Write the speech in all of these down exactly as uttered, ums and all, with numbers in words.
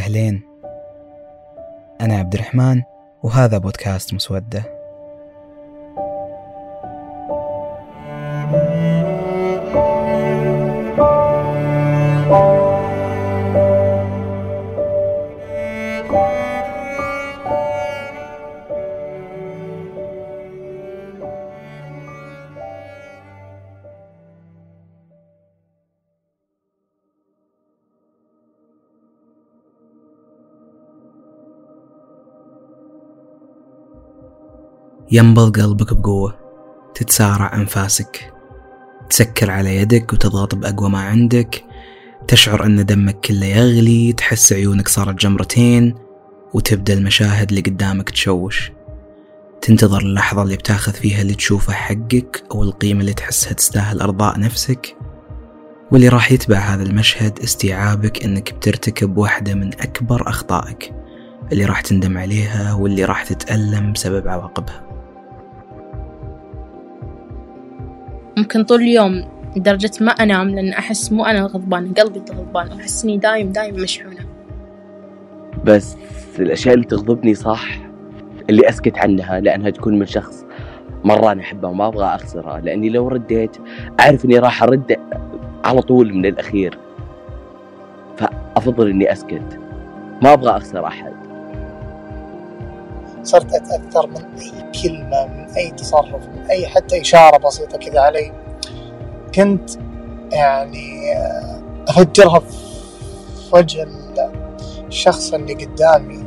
أهلين، أنا عبد الرحمن وهذا بودكاست مسودة. ينبض قلبك بقوة، تتسارع أنفاسك، تسكر على يدك وتضغط بأقوى ما عندك، تشعر أن دمك كله يغلي، تحس عيونك صارت جمرتين، وتبدأ المشاهد اللي قدامك تشوش. تنتظر اللحظة اللي بتاخذ فيها اللي تشوفه حقك أو القيمة اللي تحسها تستاهل أرضاء نفسك، واللي راح يتبع هذا المشهد استيعابك أنك بترتكب واحدة من أكبر أخطائك اللي راح تندم عليها واللي راح تتألم بسبب عواقبها. ممكن طول اليوم لدرجة ما أنام لأن أحس مو أنا الغضبان، قلبي الغضبان، وأحس إني دايم دايم مشحونة. بس الأشياء اللي تغضبني صح اللي أسكت عنها لأنها تكون من شخص مرة أنا أحبها وما أبغى أخسرها، لأني لو رديت أعرف إني راح أرد على طول من الأخير، فأفضل إني أسكت، ما أبغى أخسر أحد. صرت أتأثر من أي كلمة، من أي تصرف، من أي حتى إشارة بسيطة كذا علي، كنت يعني أفجرها في وجه الشخص اللي قدامي،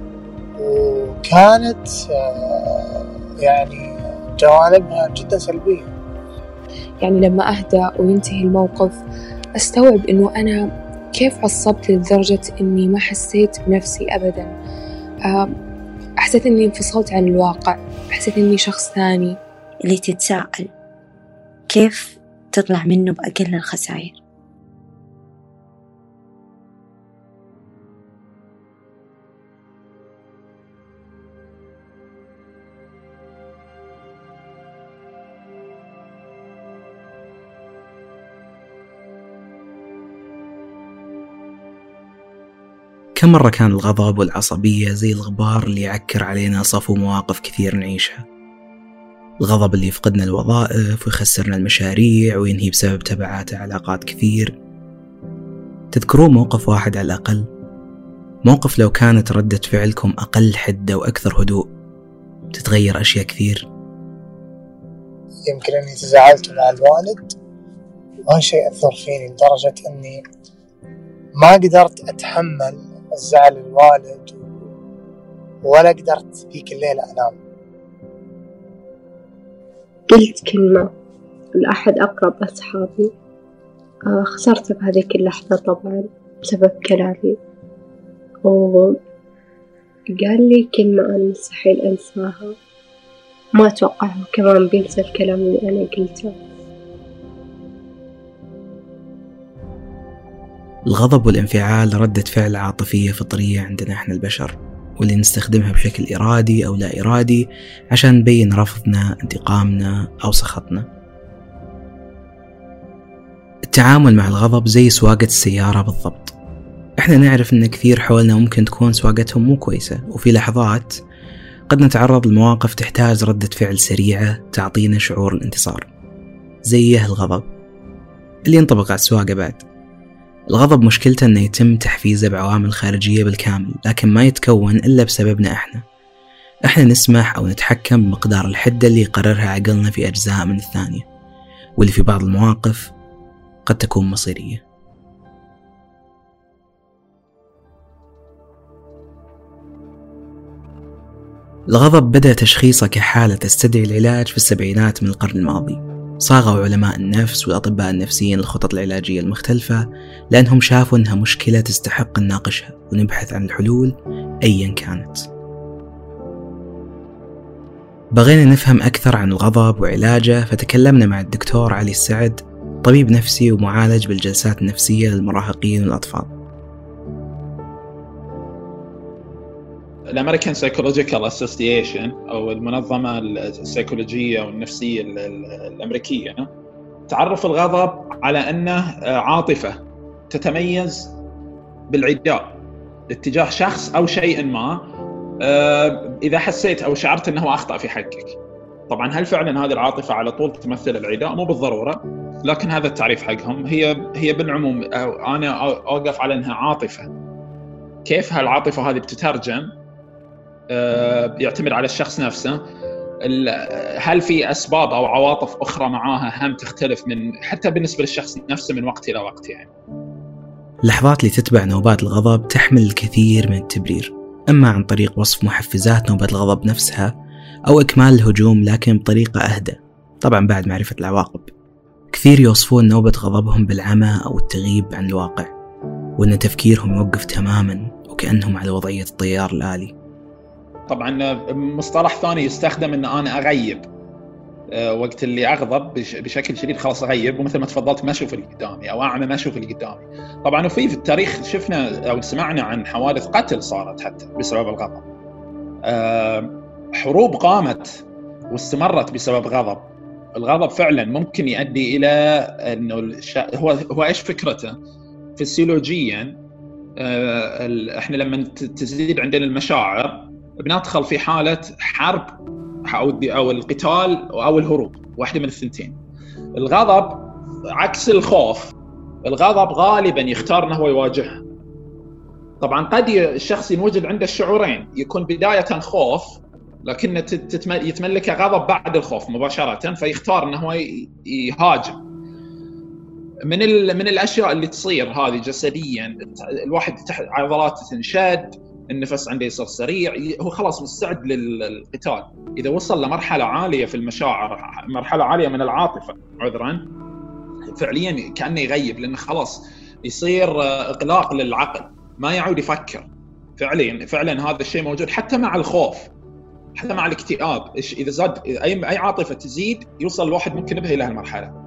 وكانت يعني جوانبها جدا سلبية. يعني لما أهدأ وينتهي الموقف أستوعب إنه أنا كيف عصبت لدرجة إني ما حسيت بنفسي أبدا. حسيت إني انفصلت عن الواقع، حسيت إني شخص ثاني. اللي تتساءل كيف تطلع منه بأقل الخسائر. كم مرة كان الغضب والعصبية زي الغبار اللي يعكر علينا صفو مواقف كثير نعيشها. الغضب اللي يفقدنا الوظائف ويخسرنا المشاريع وينهي بسبب تبعاته علاقات كثير. تذكرون موقف واحد على الأقل؟ موقف لو كانت ردة فعلكم أقل حدة وأكثر هدوء تتغير أشياء كثير. يمكن أني تزاعلت مع الوالد وهالشيء أثر فيني لدرجة أني ما قدرت أتحمل الزعل الوالد ولا قدرت فيك الليلة أنام. قلت كلمة لأحد أقرب أصحابي، خسرت بهذيك اللحظة طبعا بسبب كلامي، وقال لي كلمة أنا مستحيل أنساها، ما أتوقع كمان بينسى الكلام اللي أنا قلته. الغضب والانفعال ردة فعل عاطفية فطرية عندنا احنا البشر، واللي نستخدمها بشكل إرادي أو لا إرادي عشان نبين رفضنا، انتقامنا أو سخطنا. التعامل مع الغضب زي سواقة السيارة بالضبط. احنا نعرف ان كثير حولنا ممكن تكون سواقتهم مو كويسة، وفي لحظات قد نتعرض لمواقف تحتاج ردة فعل سريعة تعطينا شعور الانتصار، زيه الغضب اللي ينطبق على السواقة. بعد الغضب مشكلته أنه يتم تحفيزه بعوامل خارجية بالكامل، لكن ما يتكون إلا بسببنا إحنا. إحنا نسمح أو نتحكم بمقدار الحدة اللي يقررها عقلنا في أجزاء من الثانية، واللي في بعض المواقف قد تكون مصيرية. الغضب بدأ تشخيصه كحالة تستدعي العلاج في السبعينات من القرن الماضي. صاغوا علماء النفس والأطباء النفسيين الخطط العلاجية المختلفة لأنهم شافوا أنها مشكلة تستحق نناقشها ونبحث عن الحلول أيا كانت. بغينا نفهم أكثر عن الغضب وعلاجه، فتكلمنا مع الدكتور علي السعد، طبيب نفسي ومعالج بالجلسات النفسية للمراهقين والأطفال. الأمريكان سايكولوجيكال أسوسيشن أو المنظمة السيكولوجية والنفسية الأمريكية تعرف الغضب على أنه عاطفة تتميز بالعداء، اتجاه شخص أو شيء ما إذا حسيت أو شعرت أنه أخطأ في حقك. طبعا هل فعلا هذه العاطفة على طول تمثل العداء؟ مو بالضرورة، لكن هذا التعريف حقهم. هي هي بالعموم أنا أوقف على أنها عاطفة. كيف هالعاطفة هذه بتترجم يعتمد على الشخص نفسه. هل في أسباب أو عواطف أخرى معاها هم تختلف من حتى بالنسبة للشخص نفسه من وقت إلى وقت يعني. اللحظات اللي تتبع نوبات الغضب تحمل الكثير من التبرير، إما عن طريق وصف محفزات نوبة الغضب نفسها أو إكمال الهجوم لكن بطريقة أهدى، طبعا بعد معرفة العواقب. كثير يوصفون نوبة غضبهم بالعمى أو التغيب عن الواقع، وأن تفكيرهم يوقف تماما وكأنهم على وضعية الطيار الآلي. طبعا مصطلح ثاني يستخدم أن أنا أغيب وقت اللي أغضب بشكل شديد، خلاص أغيب، ومثل ما تفضلت ما أشوف اللي قدامي أو أعمى ما أشوف اللي قدامي. طبعا وفي في التاريخ شفنا أو سمعنا عن حوادث قتل صارت حتى بسبب الغضب. حروب قامت واستمرت بسبب غضب. الغضب فعلا ممكن يؤدي إلى أنه الش... هو هو إيش فكرته فسيولوجيا. إحنا لما تزيد عندنا المشاعر بندخل في حالة حرب أو أو القتال أو الهروب، واحدة من الثنتين. الغضب عكس الخوف، الغضب غالبا يختار أنه هو يواجهه. طبعا قد الشخص يوجد عنده الشعورين، يكون بداية خوف لكن يتملك غضب بعد الخوف مباشرة، فيختار أنه هو يهاجم. من من الأشياء اللي تصير هذه جسديا، الواحد عضلاته تنشد، النفس عنده يصير سريع، هو خلاص مستعد للقتال. إذا وصل لمرحلة عالية في المشاعر، مرحلة عالية من العاطفة عذرا، فعليا كأنه يغيب، لأنه خلاص يصير إغلاق للعقل، ما يعود يفكر. فعليا فعلا هذا الشيء موجود حتى مع الخوف، حتى مع الاكتئاب. إذا زاد أي أي عاطفة تزيد يوصل الواحد ممكن به إلى هالمرحلة.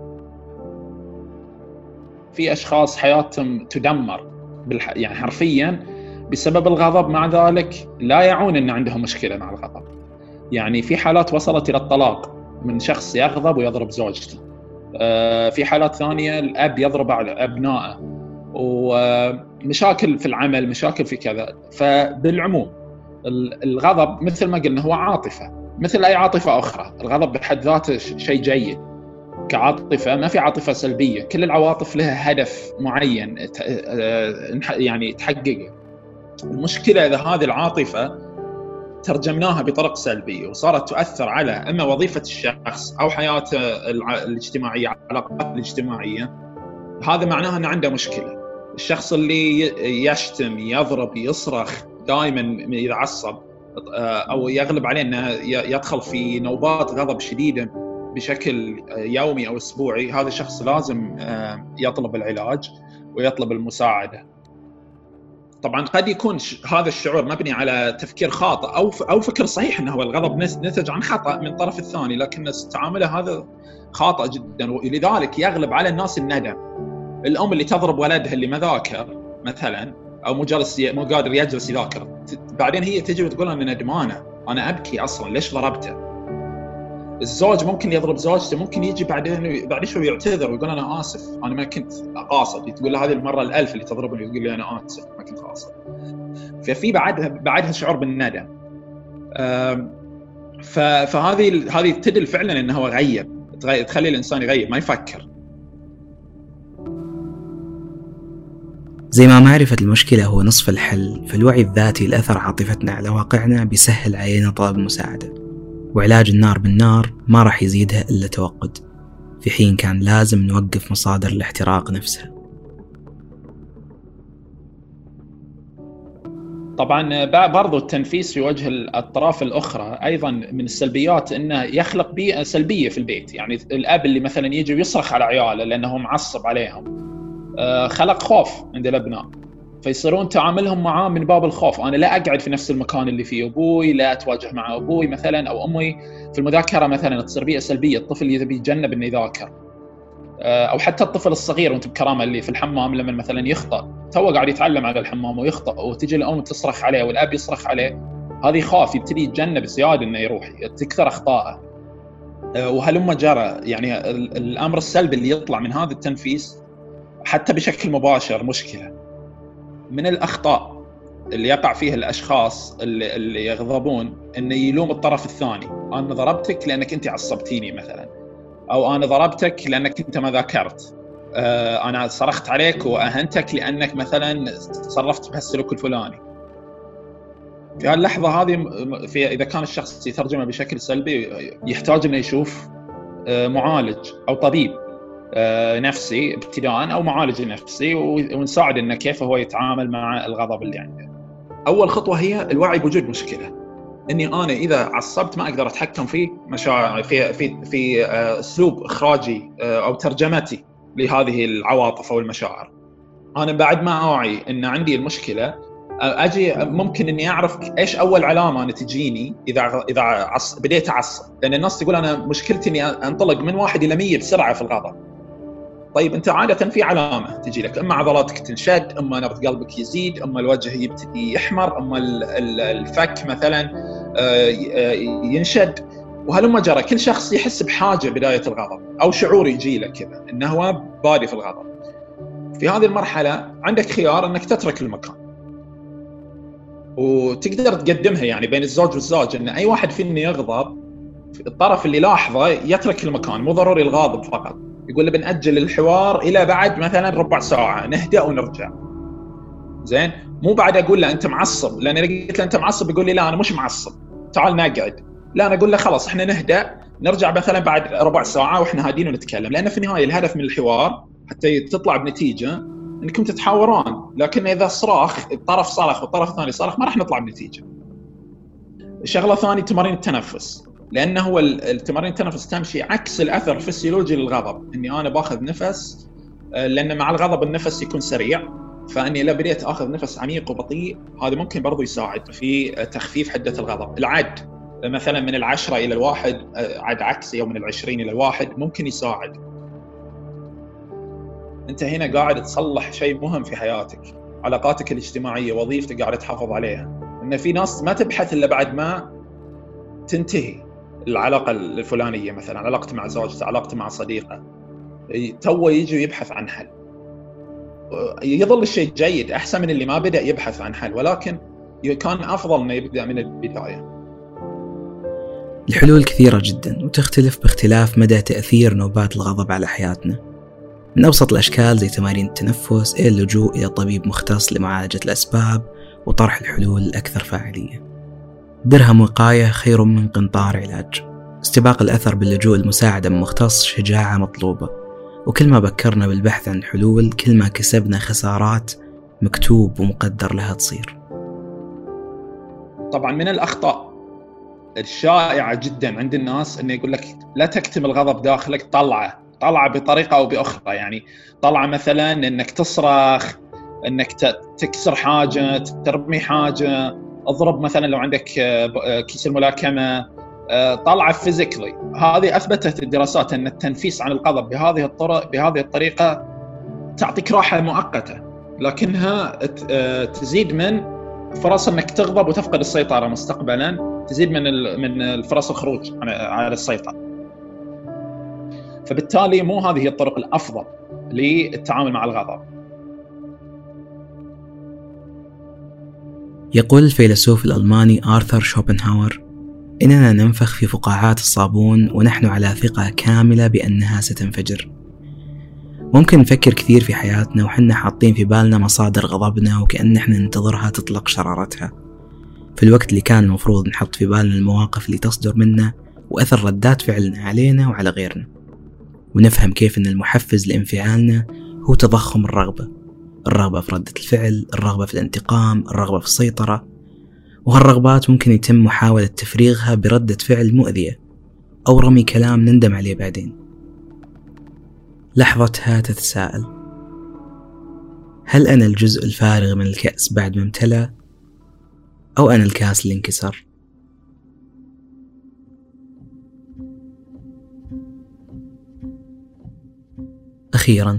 في أشخاص حياتهم تدمر بالح... يعني حرفيا بسبب الغضب، مع ذلك لا يعون أن عندهم مشكلة مع الغضب. يعني في حالات وصلت إلى الطلاق من شخص يغضب ويضرب زوجته. في حالات ثانية الأب يضرب على أبنائه، ومشاكل في العمل، مشاكل في كذا. فبالعموم الغضب مثل ما قلنا هو عاطفة مثل أي عاطفة أخرى. الغضب بحد ذاته شيء جيد كعاطفة، ما في عاطفة سلبية. كل العواطف لها هدف معين يعني تحققه. المشكلة إذا هذه العاطفة ترجمناها بطرق سلبية وصارت تؤثر على إما وظيفة الشخص أو حياته الاجتماعية، علاقاته الاجتماعية، هذا معناه أنه عنده مشكلة. الشخص اللي يشتم، يضرب، يصرخ دائما إذا عصب أو يغلب عليه أنه يدخل في نوبات غضب شديدة بشكل يومي أو أسبوعي، هذا الشخص لازم يطلب العلاج ويطلب المساعدة. طبعا قد يكون هذا الشعور مبني على تفكير خاطئ أو أو فكر صحيح أنه الغضب نتج عن خطأ من الطرف الثاني، لكن تعامله هذا خاطئ جدا، ولذلك يغلب على الناس الندم. الأم اللي تضرب ولدها اللي ما ذاكر مثلا أو مو جالس مو قادر يجلس يذاكر، بعدين هي تجي وتقول أنا ندمانة، أنا أبكي أصلا ليش ضربته. الزوج ممكن يضرب زوجته، ممكن يجي بعدين بعد شوي يعتذر ويقول أنا آسف، أنا ما كنت قاصد. تقول له هذه المرة الألف اللي تضربني، يقول لي أنا آسف ما كنت قاصد. ففي بعدها بعدها شعور بالندم. فهذه هذه تدل فعلا أنه هو غيب، تخلي الإنسان يغيب ما يفكر. زي ما معرفة المشكلة هو نصف الحل، فالوعي الذاتي لأثر عاطفتنا على واقعنا بيسهل علينا طلب المساعدة. وعلاج النار بالنار ما راح يزيدها إلا توقد، في حين كان لازم نوقف مصادر الاحتراق نفسها. طبعا برضو التنفيس في وجه الأطراف الأخرى أيضا من السلبيات، إنه يخلق بيئة سلبية في البيت. يعني الأب اللي مثلا يجي ويصرخ على عياله لأنه معصب عليهم، خلق خوف عند الأبناء، فيصيرون تعاملهم معاه من باب الخوف. أنا لا أقعد في نفس المكان اللي فيه أبوي، لا أتواجه مع أبوي مثلا أو أمي. في المذاكرة مثلا تصير بيئة سلبية، الطفل يبي يتجنب إنه يذاكر. أو حتى الطفل الصغير وأنت بكرامة اللي في الحمام لما مثلا يخطأ، تو قاعد يتعلم على الحمام ويخطأ، وتجي الأم تصرخ عليه والأب يصرخ عليه، هذه خاف، يبتدي يتجنب زيادة إنه يروح، تكثر أخطاءه. وهلما جرى. يعني الأمر السلبي اللي يطلع من هذا التنفيس حتى بشكل مباشر مشكلة. من الأخطاء اللي يقع فيه الأشخاص اللي, اللي يغضبون إنه يلوم الطرف الثاني. أنا ضربتك لأنك أنت عصبتيني مثلا، أو أنا ضربتك لأنك أنت ما ذاكرت، آه أنا صرخت عليك وأهنتك لأنك مثلا تصرفت بهالسلوك الفلاني. في هاللحظة هذه في إذا كان الشخص يترجمه بشكل سلبي يحتاج إنه يشوف آه معالج أو طبيب آه نفسي ابتداء، أو معالج نفسي، ونساعد إنه كيف هو يتعامل مع الغضب اللي عنده. أول خطوة هي الوعي بوجود مشكلة، إني أنا إذا عصبت ما أقدر أتحكم في مشاعر في في في أسلوب إخراجي أو ترجمتي لهذه العواطف أو المشاعر. أنا بعد ما أوعي إن عندي المشكلة، أجي ممكن إني أعرف إيش أول علامة أنا تجيني إذا إذا عص... بديت أعصب، لأن الناس تقول أنا مشكلتي إني أنطلق من واحد إلى مية بسرعة في الغضب. طيب أنت عادة في علامة تجي لك، إما عضلاتك تنشد، إما نبض قلبك يزيد، إما الوجه يبتدي يحمر، إما الفك مثلا ينشد، وهلما جرى. كل شخص يحس بحاجة بداية الغضب أو شعور يجي له كذا إنه هو بادي في الغضب. في هذه المرحلة عندك خيار إنك تترك المكان، وتقدر تقدمها يعني بين الزوج والزوج، إن أي واحد فينا يغضب الطرف اللي لاحظه يترك المكان، مو ضروري الغاضب فقط. يقول له بنأجل الحوار إلى بعد مثلا ربع ساعة، نهدأ ونرجع. زين، مو بعد أقول له أنت معصب، لأن إذا قلت له أنت معصب يقول لي لا أنا مش معصب تعال نقعد. لا، أنا أقول له خلاص إحنا نهدأ نرجع مثلا بعد ربع ساعة وإحنا هادين ونتكلم، لأن في النهاية الهدف من الحوار حتى تطلع بنتيجة إنكم تتحاورون. لكن إذا صراخ الطرف صرخ والطرف الثاني صرخ ما راح نطلع بنتيجة. الشغلة الثانية تمارين التنفس، لأنه هو التمارين التنفس تمشي عكس الأثر الفسيولوجي للغضب. إني أنا باخذ نفس، لأن مع الغضب النفس يكون سريع، فأني لو بديت أخذ نفس عميق وبطيء هذا ممكن برضو يساعد في تخفيف حدة الغضب. العد مثلا من العشرة إلى الواحد، عد عكسي، أو من العشرين إلى الواحد ممكن يساعد. أنت هنا قاعد تصلح شيء مهم في حياتك، علاقاتك الاجتماعية، وظيفتك قاعد تحافظ عليها. إن في ناس ما تبحث إلا بعد ما تنتهي العلاقة الفلانية، مثلا علاقته مع زوجته، علاقته مع صديقه، تو يجي يبحث عن حل. يظل الشيء جيد، أحسن من اللي ما بدأ يبحث عن حل، ولكن كان أفضل أنه يبدأ من البداية. الحلول كثيرة جدا وتختلف باختلاف مدى تأثير نوبات الغضب على حياتنا، من أبسط الأشكال زي تمارين التنفس إلى اللجوء إلى طبيب مختص لمعالجة الأسباب وطرح الحلول الأكثر فاعلية. درهم وقاية خير من قنطار علاج. استباق الأثر باللجوء المساعدة من مختص شجاعة مطلوبة، وكل ما بكرنا بالبحث عن حلول كل ما كسبنا خسارات مكتوب ومقدر لها تصير. طبعا من الأخطاء الشائعة جدا عند الناس أنه يقول لك لا تكتم الغضب داخلك، طلعه طلعه بطريقة أو بأخرى. يعني طلعه مثلا أنك تصرخ، أنك تكسر حاجة، ترمي حاجة، اضرب مثلا لو عندك كيس الملاكمة، طلعه فيزيكلي. هذه أثبتت الدراسات أن التنفيس عن الغضب بهذه الطرق بهذه الطريقة تعطيك راحة مؤقتة، لكنها تزيد من فرص أنك تغضب وتفقد السيطرة مستقبلا، تزيد من من الفرص الخروج على السيطرة. فبالتالي مو هذه هي الطرق الأفضل للتعامل مع الغضب. يقول الفيلسوف الألماني آرثر شوبنهاور: إننا ننفخ في فقاعات الصابون ونحن على ثقة كاملة بأنها ستنفجر. ممكن نفكر كثير في حياتنا وحنا حاطين في بالنا مصادر غضبنا وكأن احنا ننتظرها تطلق شرارتها، في الوقت اللي كان المفروض نحط في بالنا المواقف اللي تصدر منا وأثر ردات فعلنا علينا وعلى غيرنا، ونفهم كيف أن المحفز لانفعالنا هو تضخم الرغبة، الرغبة في ردة الفعل، الرغبة في الانتقام، الرغبة في السيطرة. وهالرغبات ممكن يتم محاولة تفريغها بردة فعل مؤذية أو رمي كلام نندم عليه بعدين. لحظتها تتساءل: هل أنا الجزء الفارغ من الكأس بعد ما امتلأ، أو أنا الكاس اللي انكسر؟ أخيرا،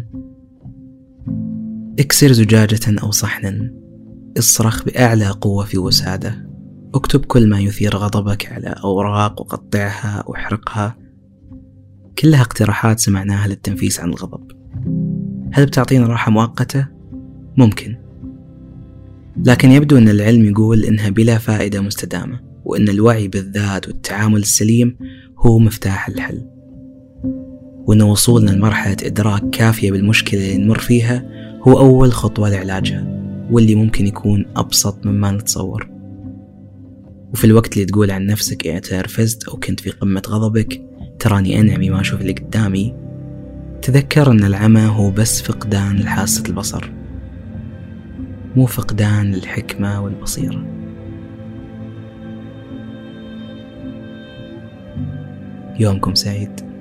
اكسر زجاجة أو صحنا، اصرخ بأعلى قوة في وسادة، اكتب كل ما يثير غضبك على أوراق وقطعها واحرقها. كلها اقتراحات سمعناها للتنفيس عن الغضب. هل بتعطينا راحة مؤقتة؟ ممكن، لكن يبدو أن العلم يقول إنها بلا فائدة مستدامة، وأن الوعي بالذات والتعامل السليم هو مفتاح الحل، وأن وصولنا لمرحلة إدراك كافية بالمشكلة اللي نمر فيها هو أول خطوة لعلاجها، واللي ممكن يكون أبسط مما نتصور. وفي الوقت اللي تقول عن نفسك إيه تنرفزت أو كنت في قمة غضبك تراني أنعمي ما أشوف اللي قدامي، تذكر أن العمى هو بس فقدان لحاسة البصر، مو فقدان للحكمة والبصيرة. يومكم سعيد.